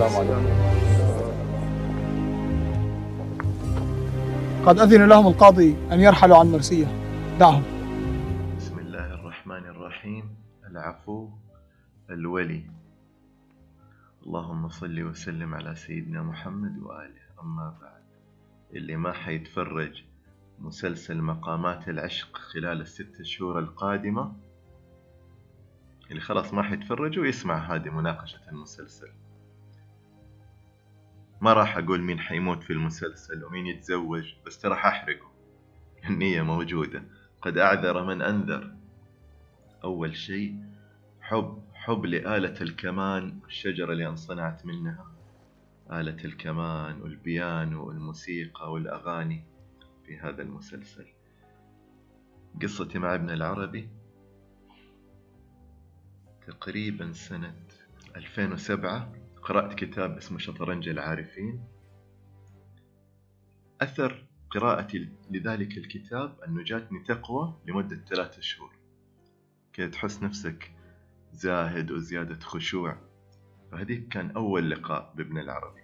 السلام عليكم. قد أذن لهم القاضي أن يرحلوا عن مرسية، دعهم. بسم الله الرحمن الرحيم. العفو الولي. اللهم صل وسلم على سيدنا محمد وآله. أما بعد، اللي ما حيتفرج مسلسل مقامات العشق خلال ال6 شهور القادمة، اللي خلاص ما حيتفرج ويسمع هذه مناقشة المسلسل. ما راح أقول مين حيموت في المسلسل ومين يتزوج، بس ترى حأحرقه. النية موجودة، قد أعذر من أنذر. أول شيء حب لآلة الكمان والشجرة اللي انصنعت منها، آلة الكمان والبيانو والموسيقى والأغاني في هذا المسلسل. قصتي مع ابن العربي تقريبا سنة 2007 قرأت كتاب اسمه شطرنج العارفين. أثر قراءتي لذلك الكتاب أنه جاتني تقوى لمدة 3 شهور، كي تحس نفسك زاهد وزيادة خشوع. فهذيك كان أول لقاء بابن العربي.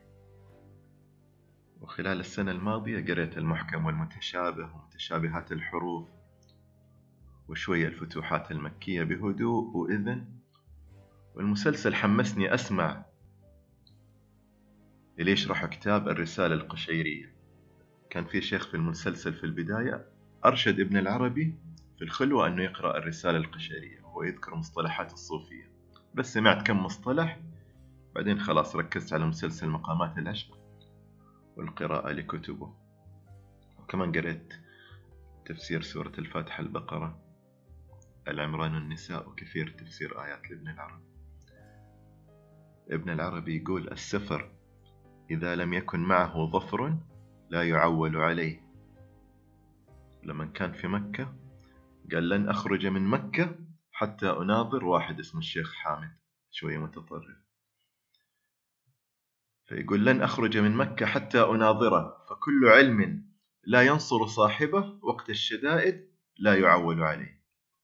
وخلال السنة الماضية قرأت المحكم والمتشابه ومتشابهات الحروف وشوية الفتوحات المكية بهدوء وإذن. والمسلسل حمسني أسمع اللي يشرح كتاب الرسالة القشيرية. كان في شيخ في المسلسل في البداية أرشد ابن العربي في الخلوة أنه يقرأ الرسالة القشيرية، وهو يذكر مصطلحات الصوفية. بس سمعت كم مصطلح، بعدين خلاص ركزت على مسلسل مقامات العشق والقراءة لكتبه. وكمان قرأت تفسير سورة الفاتحة، البقرة، العمران والنساء، وكثير تفسير آيات لابن العربي. ابن العربي يقول: السفر إذا لم يكن معه ظفر لا يعول عليه. لما كان في مكة قال: لن أخرج من مكة حتى أناظر واحد اسمه الشيخ حامد، شوية متطرف. فيقول: لن أخرج من مكة حتى أناظره، فكل علم لا ينصر صاحبه وقت الشدائد لا يعول عليه.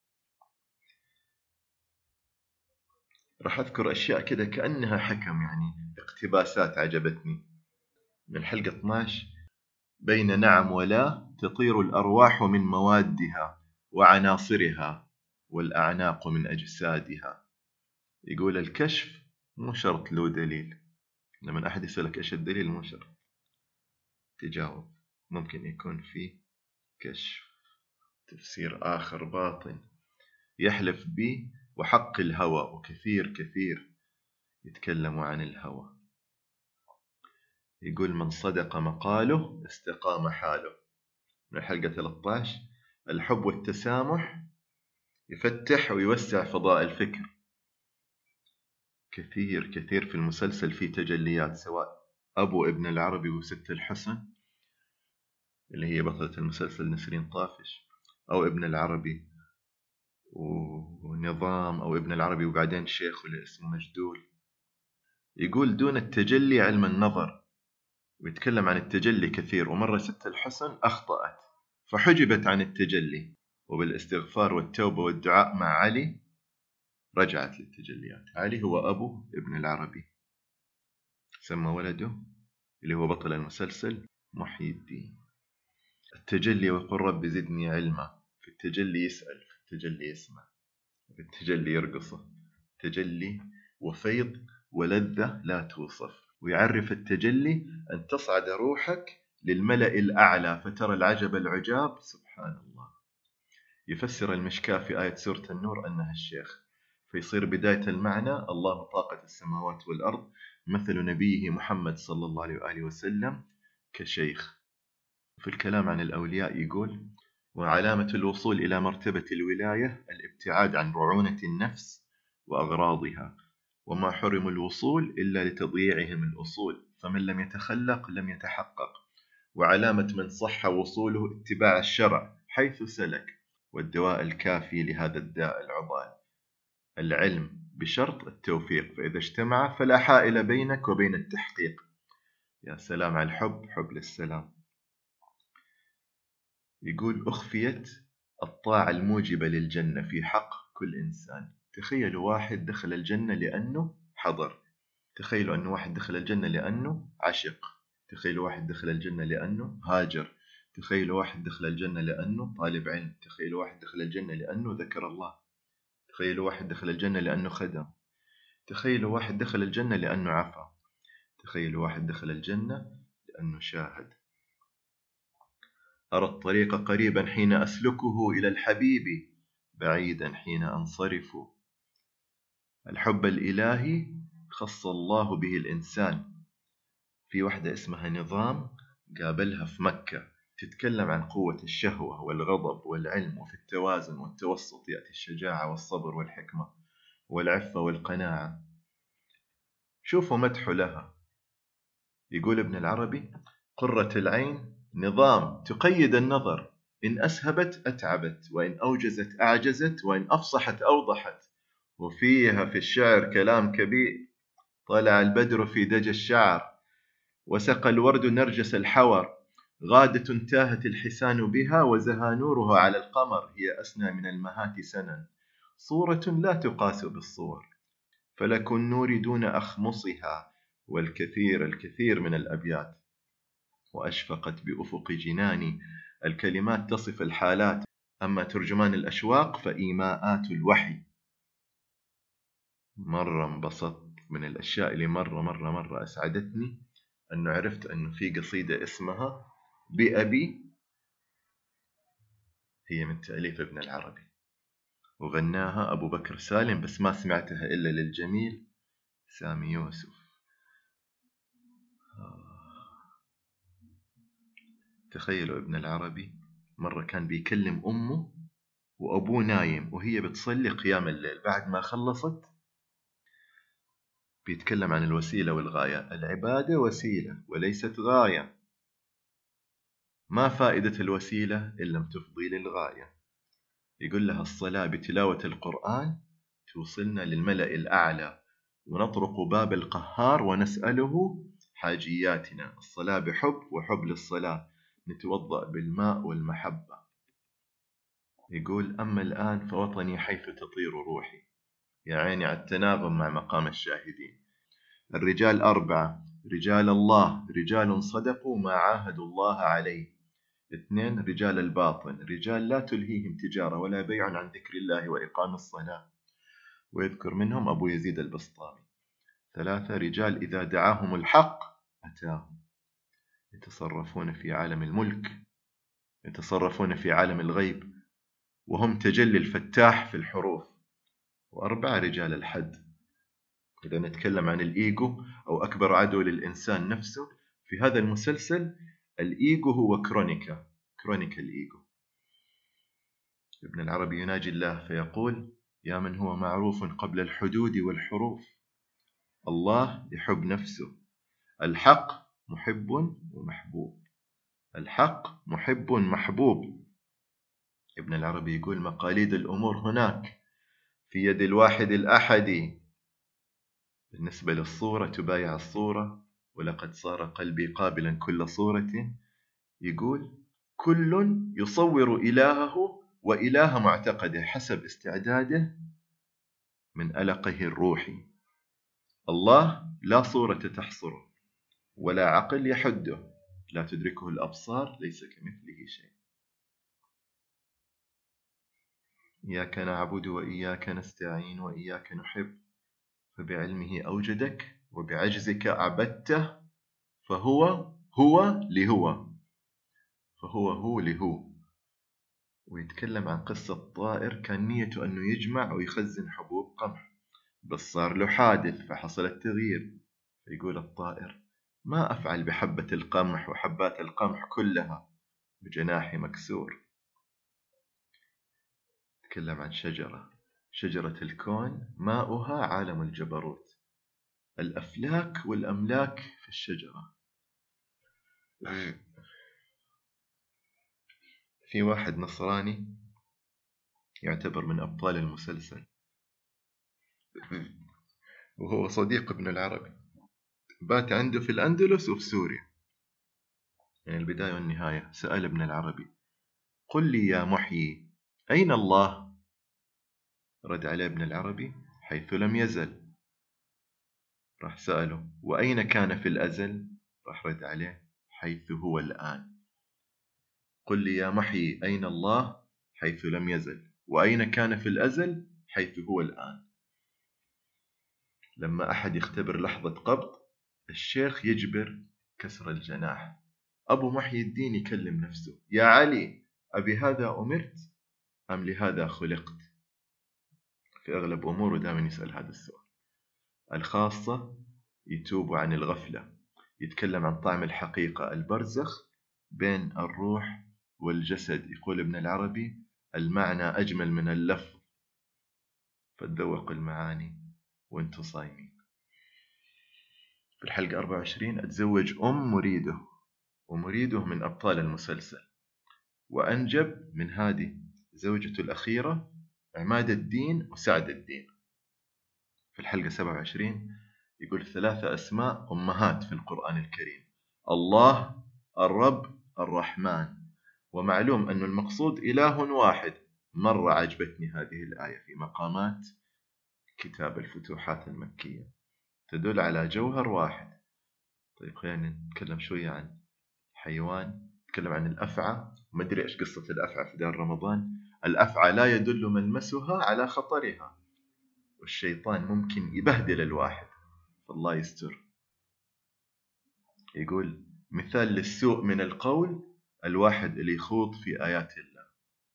راح أذكر أشياء كده كأنها حكم، يعني اقتباسات عجبتني. من الحلقة 12: بين نعم ولا تطير الأرواح من موادها وعناصرها والأعناق من أجسادها. يقول: الكشف مو شرط له دليل. لما أحد يسألك إيش الدليل، مو شرط تجاوب، ممكن يكون في كشف، تفسير آخر باطن يحلف به، وحق الهوى. وكثير يتكلموا عن الهوى. يقول: من صدق مقاله استقام حاله. من الحلقة 13: الحب والتسامح يفتح ويوسع فضاء الفكر. كثير في المسلسل في تجليات، سواء أبو ابن العربي وست الحسن اللي هي بطلة المسلسل نسرين طافش، أو ابن العربي ونظام، أو ابن العربي وبعدين شيخ اللي اسمه مجدول. يقول: دون التجلي علم النظر. ويتكلم عن التجلي كثير. ومرة ست الحسن أخطأت فحجبت عن التجلي، وبالاستغفار والتوبة والدعاء مع علي رجعت للتجليات. علي هو أبو ابن العربي، سمى ولده اللي هو بطل المسلسل محي الدين. التجلي: وقل رب زدني علما. في التجلي يسأل، في التجلي يسمع، في التجلي يرقصه. تجلي وفيض ولذة لا توصف. ويعرف التجلي أن تصعد روحك للملأ الأعلى فترى العجب العجاب. سبحان الله. يفسر المشكاة في آية سورة النور أنها الشيخ، فيصير بداية المعنى: الله طاقة السماوات والأرض، مثل نبيه محمد صلى الله عليه وآله وسلم كشيخ. في الكلام عن الأولياء يقول: وعلامة الوصول إلى مرتبة الولاية الابتعاد عن رعونة النفس وأغراضها، وما حرم الوصول إلا لتضييعهم الأصول، فمن لم يتخلق لم يتحقق. وعلامة من صح وصوله اتباع الشرع حيث سلك، والدواء الكافي لهذا الداء العضال العلم بشرط التوفيق، فإذا اجتمع فلا حائل بينك وبين التحقيق. يا سلام على الحب، حب للسلام. يقول: أخفيت الطاعة الموجبة للجنة في حق كل إنسان. تخيلوا واحد دخل الجنة لأنه حضر، تخيلوا أنه واحد دخل الجنة لأنه عشق، تخيلوا واحد دخل الجنة لأنه هاجر، تخيلوا واحد دخل الجنة لأنه طالب علم، تخيلوا واحد دخل الجنة لأنه ذكر الله، تخيلوا واحد دخل الجنة لأنه خدم، تخيلوا واحد دخل الجنة لأنه عفا، تخيلوا واحد دخل الجنة لأنه شاهد. أرى الطريق قريبا حين أسلكه إلى الحبيب، بعيدا حين أنصرف. الحب الإلهي خص الله به الإنسان. في واحدة اسمها نظام قابلها في مكة، تتكلم عن قوة الشهوة والغضب والعلم، وفي التوازن والتوسط يأتي الشجاعة والصبر والحكمة والعفة والقناعة. شوفوا مدح لها، يقول ابن العربي: قرة العين نظام تقيد النظر، إن أسهبت أتعبت، وإن أوجزت أعجزت، وإن أفصحت أوضحت. وفيها في الشعر كلام كبير: طلع البدر في دجى الشعر، وسقى الورد نرجس الحور، غادة تاهت الحسان بها، وزهى نورها على القمر، هي أسنى من المهات سنا، صورة لا تقاس بالصور، فلك النور دون أخمصها، والكثير الكثير من الأبيات. وأشفقت بأفق جناني، الكلمات تصف الحالات، أما ترجمان الأشواق فإيماءات الوحي. مرة انبسطت من الأشياء اللي مرة أسعدتني أنه عرفت أنه في قصيدة اسمها بأبي، هي من تأليف ابن العربي، وغناها أبو بكر سالم، بس ما سمعتها إلا للجميل سامي يوسف. تخيلوا ابن العربي مرة كان بيكلم أمه وأبوه نايم وهي بتصلي قيام الليل، بعد ما خلصت بيتكلم عن الوسيلة والغاية. العبادة وسيلة وليست غاية، ما فائدة الوسيلة إن لم تفضي للغاية. يقول لها: الصلاة بتلاوة القرآن توصلنا للملأ الأعلى، ونطرق باب القهار ونسأله حاجياتنا. الصلاة بحب، وحب للصلاة، نتوضأ بالماء والمحبة. يقول: أما الآن فوطني حيث تطير روحي. يا عيني على التناغم مع مقام الشاهدين. الرجال 4: رجال الله، رجال صدقوا ما عاهدوا الله عليه. 2: رجال الباطن، رجال لا تلهيهم تجارة ولا بيع عن ذكر الله وإقام الصلاة، ويذكر منهم أبو يزيد البسطامي. 3: رجال إذا دعاهم الحق أتاهم، يتصرفون في عالم الملك، يتصرفون في عالم الغيب، وهم تجلي الفتاح في الحروف. 4: رجال الحد. إذا نتكلم عن الإيجو أو أكبر عدو للإنسان نفسه في هذا المسلسل، الإيجو هو كرونيكا الإيجو. ابن العربي يناجي الله فيقول: يا من هو معروف قبل الحدود والحروف، الله يحب نفسه، الحق محب ومحبوب، الحق محب محبوب. ابن العربي يقول: مقاليد الأمور هناك في يد الواحد الأحد، بالنسبة للصورة تبايع الصورة، ولقد صار قلبي قابلا كل صورة. يقول: كل يصور إلهه وإله معتقده حسب استعداده من ألقه الروحي. الله لا صورة تحصره ولا عقل يحده، لا تدركه الأبصار، ليس كمثله شيء. إياك نعبد وإياك نستعين وإياك نحب، فبعلمه أوجدك وبعجزك أعبدته، فهو هو لهو، فهو هو لهو. ويتكلم عن قصة طائر كان نيته أنه يجمع ويخزن حبوب قمح، بس صار له حادث فحصل التغيير. فيقول الطائر: ما أفعل بحبة القمح وحبات القمح كلها وجناحي مكسور. يتكلم عن شجرة الكون، ماؤها عالم الجبروت، الأفلاك والأملاك في الشجرة. في واحد نصراني يعتبر من أبطال المسلسل، وهو صديق ابن العربي، بات عنده في الأندلس وفي سوريا، يعني البداية والنهاية. سأل ابن العربي: قل لي يا محيي، أين الله؟ رد عليه ابن العربي: حيث لم يزل. راح سأله وأين كان في الأزل؟ راح رد عليه حيث هو الآن. قل لي يا محيي أين الله؟ حيث لم يزل. وأين كان في الأزل؟ حيث هو الآن. لما أحد يختبر لحظة قبض، الشيخ يجبر كسر الجناح. أبو محي الدين يكلم نفسه: يا علي، أبي هذا أمرت أم لهذا خلقت؟ في أغلب أموره دائما يسأل هذا السؤال. الخاصة يتوب عن الغفلة، يتكلم عن طعم الحقيقة، البرزخ بين الروح والجسد. يقول ابن العربي: المعنى أجمل من اللفظ، فتذوق المعاني وانتو صايمين. في الحلقة 24 أتزوج مريده، ومريده من أبطال المسلسل، وأنجب من هذه زوجته الأخيرة عماد الدين وسعد الدين. في الحلقة 27 يقول 3 أسماء أمهات في القرآن الكريم: الله، الرب، الرحمن. ومعلوم أن المقصود إله واحد. مرة عجبتني هذه الآية في مقامات كتاب الفتوحات المكية، تدل على جوهر واحد. طيب خلينا نتكلم شوية عن حيوان. نتكلم عن الأفعى. ما أدري إيش قصة الأفعى في دار رمضان. الأفعى لا يدل ملمسها على خطرها، والشيطان ممكن يبهدل الواحد، فالله يستر. يقول مثال للسوء من القول الواحد اللي يخوض في آيات الله.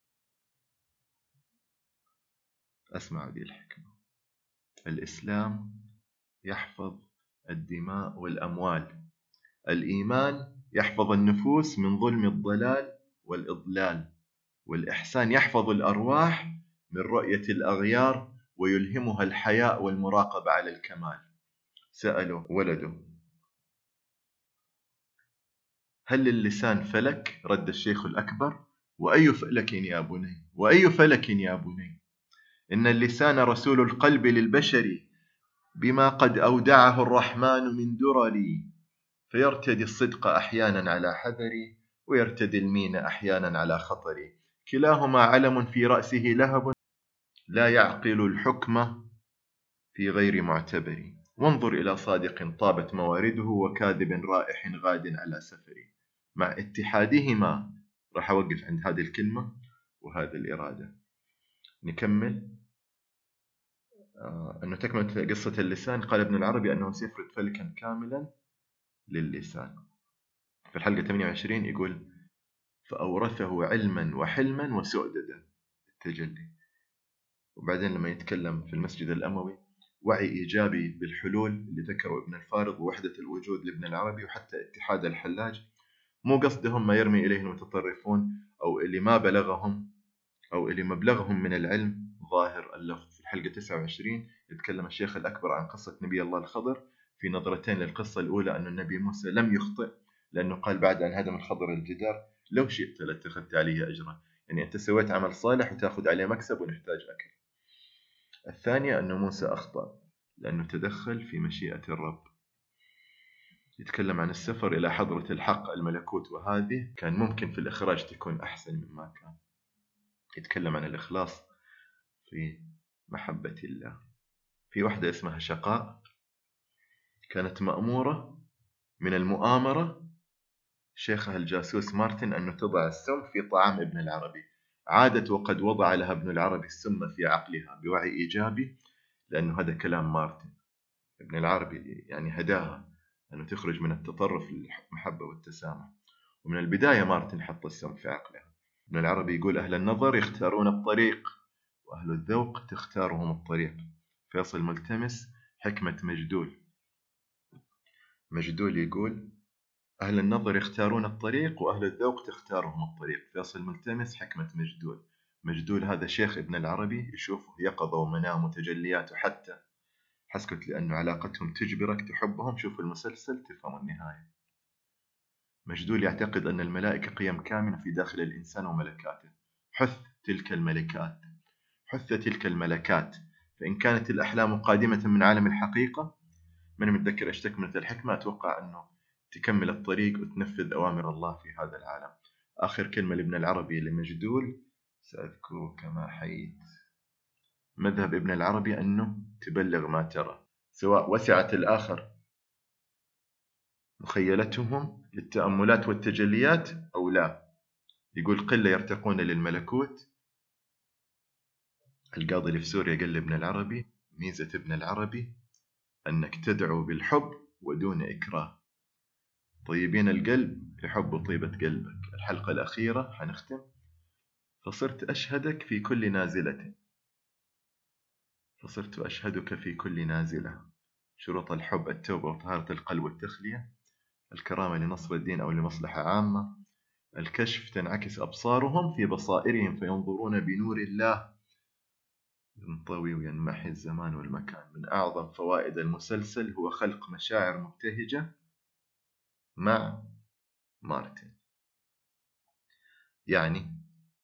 أسمع هذه الحكمة: الإسلام يحفظ الدماء والأموال، الإيمان يحفظ النفوس من ظلم الضلال والإضلال، والإحسان يحفظ الأرواح من رؤية الأغيار ويلهمها الحياء والمراقبة على الكمال. سأله ولده: هل اللسان فلك؟ رد الشيخ الأكبر: وأي فلك يا بني؟ وأي فلك يا بني؟ إن اللسان رسول القلب للبشر بما قد أودعه الرحمن من درر، فيرتدي الصدق أحيانا على حذري، ويرتدي المين أحيانا على خطري، كلاهما علم في رأسه لهب، لا يعقل الحكم في غير معتبر. وانظر إلى صادق طابت موارده، وكاذب رائح غاد على سفري. مع اتحادهما، راح أوقف عند هذه الكلمة وهذه الإرادة. نكمل. أنه تكملة قصة اللسان. قال ابن العربي أنه سيفرد فلكا كاملا للسان. في الحلقة 28 يقول: فأورثه علما وحلما وسؤددا، التجلي. وبعدين لما يتكلم في المسجد الأموي: وعي إيجابي بالحلول اللي ذكروا ابن الفارض، ووحدة الوجود لابن العربي، وحتى اتحاد الحلاج. مو قصدهم ما يرمي إليه المتطرفون أو اللي ما بلغهم أو اللي مبلغهم من العلم ظاهر اللفظ. في الحلقة 29 يتكلم الشيخ الأكبر عن قصة نبي الله الخضر في نظرتين للقصة الأولى: أن النبي موسى لم يخطئ، لأنه قال بعد أن هدم الخضر الجدار: لو شئت لاتخذت عليه أجرا، يعني أنت سويت عمل صالح وتأخذ عليه مكسب ونحتاج أكل. الثانية أن موسى أخطأ لأنه تدخل في مشيئة الرب. يتكلم عن السفر إلى حضرة الحق الملكوت، وهذه كان ممكن في الإخراج تكون أحسن مما كان. يتكلم عن الإخلاص في محبة الله. في واحدة اسمها شقاء، كانت مأمورة من المؤامرة شيخها الجاسوس مارتن أنه تضع السم في طعام ابن العربي. عادت وقد وضع لها ابن العربي السم في عقلها بوعي إيجابي، لأنه هذا كلام مارتن. ابن العربي يعني هداها أنه تخرج من التطرف للمحبة والتسامح، ومن البداية مارتن حط السم في عقلها. ابن العربي يقول: أهل النظر يختارون الطريق، وأهل الذوق تختارهم الطريق. فيصل ملتمس حكمة مجدول. مجدول يقول: أهل النظر يختارون الطريق، وأهل الذوق تختارهم الطريق. فيصل ملتمس حكمة مجدول. مجدول هذا شيخ ابن العربي يشوفه يقظة ومنام وتجليات، وحتى حسكت لأنه علاقتهم تجبرك تحبهم. شوف المسلسل تفهم النهاية. مجدول يعتقد أن الملائكة قيم كامنة في داخل الإنسان وملكاته. حث تلك الملكات، حث تلك الملكات، فإن كانت الأحلام قادمة من عالم الحقيقة. من متذكر إيش تكملة الحكمة؟ أتوقع أنه تكمل الطريق وتنفذ أوامر الله في هذا العالم. آخر كلمة لابن العربي لمجدول: سأذكرك ما حييت. مذهب ابن العربي أنه تبلغ ما ترى. سواء وسعت الآخر مخيلتهم للتأملات والتجليات أو لا. يقول قلة يرتقون للملكوت. القاضي اللي في سوريا قال لابن العربي ميزة ابن العربي أنك تدعو بالحب ودون إكراه، طيبين القلب يحب طيبة قلبك. الحلقة الأخيرة حنختم. فصرت أشهدك في كل نازلة، فصرت أشهدك في كل نازلة. شروط الحب التوبة وطهارة القلب والتخلية، الكرامة لنصر الدين أو لمصلحة عامة، الكشف تنعكس أبصارهم في بصائرهم فينظرون بنور الله، ينطوي وينمحي الزمان والمكان. من أعظم فوائد المسلسل هو خلق مشاعر مبتهجة مع مارتن. يعني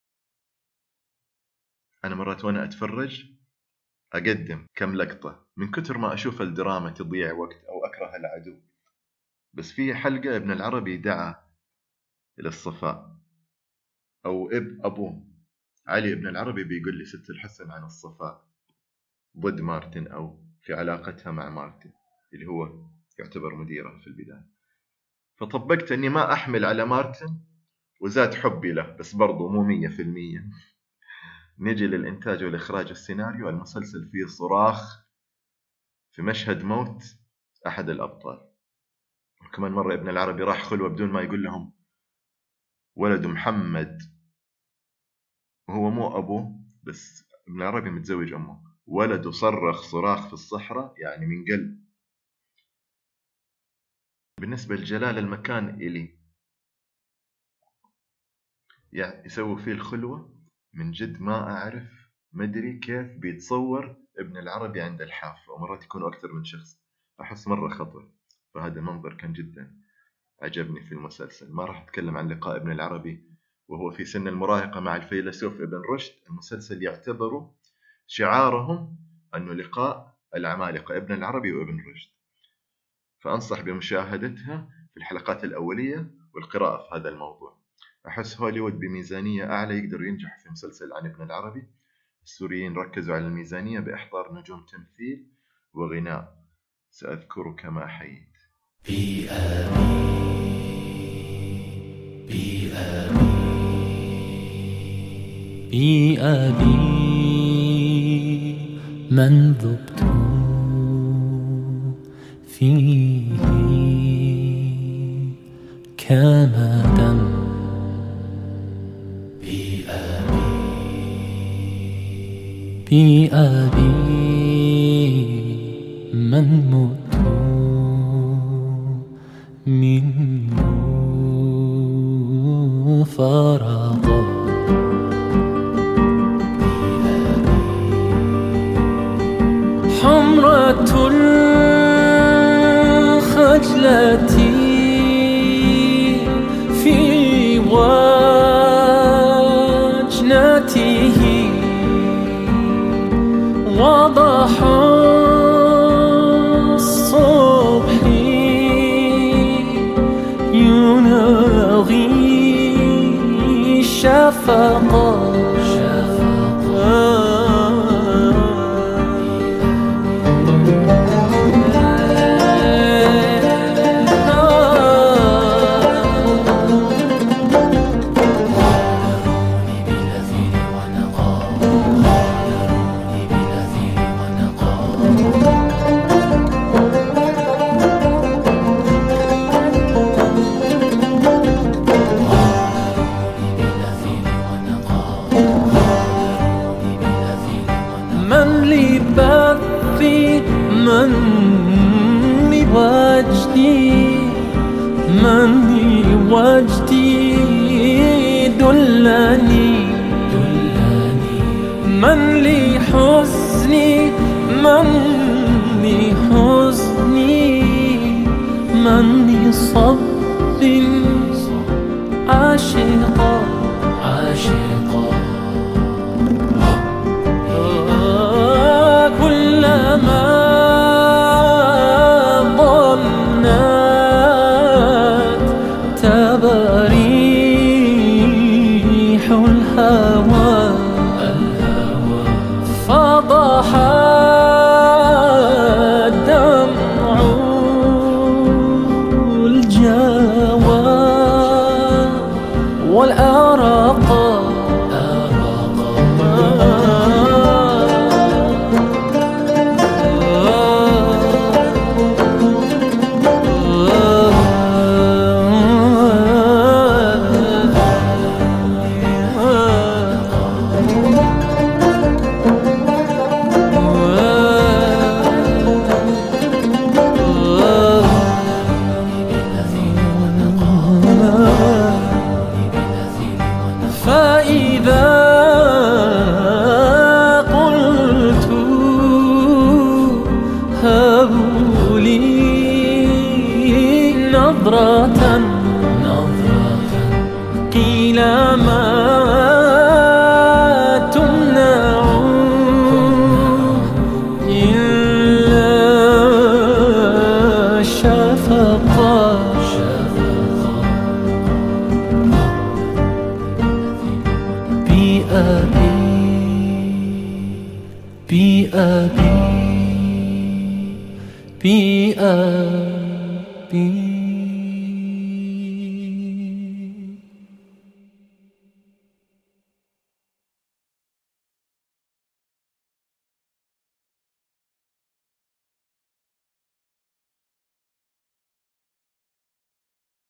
أنا مرات وأنا أتفرج أقدم كم لقطة من كتر ما أشوف الدراما تضيع وقت أو أكره العدو. بس في حلقة ابن العربي دعا إلى الصفاء، أو أبوه علي ابن العربي بيقول لي ست الحسن عن الصفاء ضد مارتن أو في علاقتها مع مارتن اللي هو يعتبر مديرها في البداية. فطبقت أني ما أحمل على مارتن وزاد حبي له، بس برضو مو 100%. نجي للإنتاج والإخراج والسيناريو. المسلسل فيه صراخ في مشهد موت أحد الأبطال. وكمان مرة ابن العربي راح خلوة بدون ما يقول لهم ولد محمد، وهو مو أبوه، بس ابن العربي متزوج أمه. ولده صرخ صراخ في الصحراء يعني من قلب. بالنسبة لجلال المكان إلي يعني يسوي فيه الخلوة، من جد ما أعرف مدري كيف بيتصور ابن العربي عند الحافة، ومرات يكونوا أكثر من شخص. أحس مرة خطر. فهذا المنظر كان جدا عجبني في المسلسل. ما راح أتكلم عن لقاء ابن العربي وهو في سن المراهقة مع الفيلسوف ابن رشد. المسلسل يعتبر شعارهم أنه لقاء العمالقة ابن العربي وابن رشد. فأنصح بمشاهدتها في الحلقات الأولية والقراءة في هذا الموضوع. أحس هوليوود بميزانية أعلى يقدر ينجح في مسلسل عن ابن العربي. السوريين ركزوا على الميزانية بإحضار نجوم تمثيل وغناء. سأذكرك ما حييت. بأبي من ذبت فيه كما دم. بأبي من مت منه فراغا. حمرة الخجلة في وجنته، وضح الصبح يناغي شفقا. من لوجدي دلني، من لحزني من لصب عاشقا. كلما ضنت تبريح الهوى فضح الدار نظرة قيل ما تمنع إلا شفقة بأبي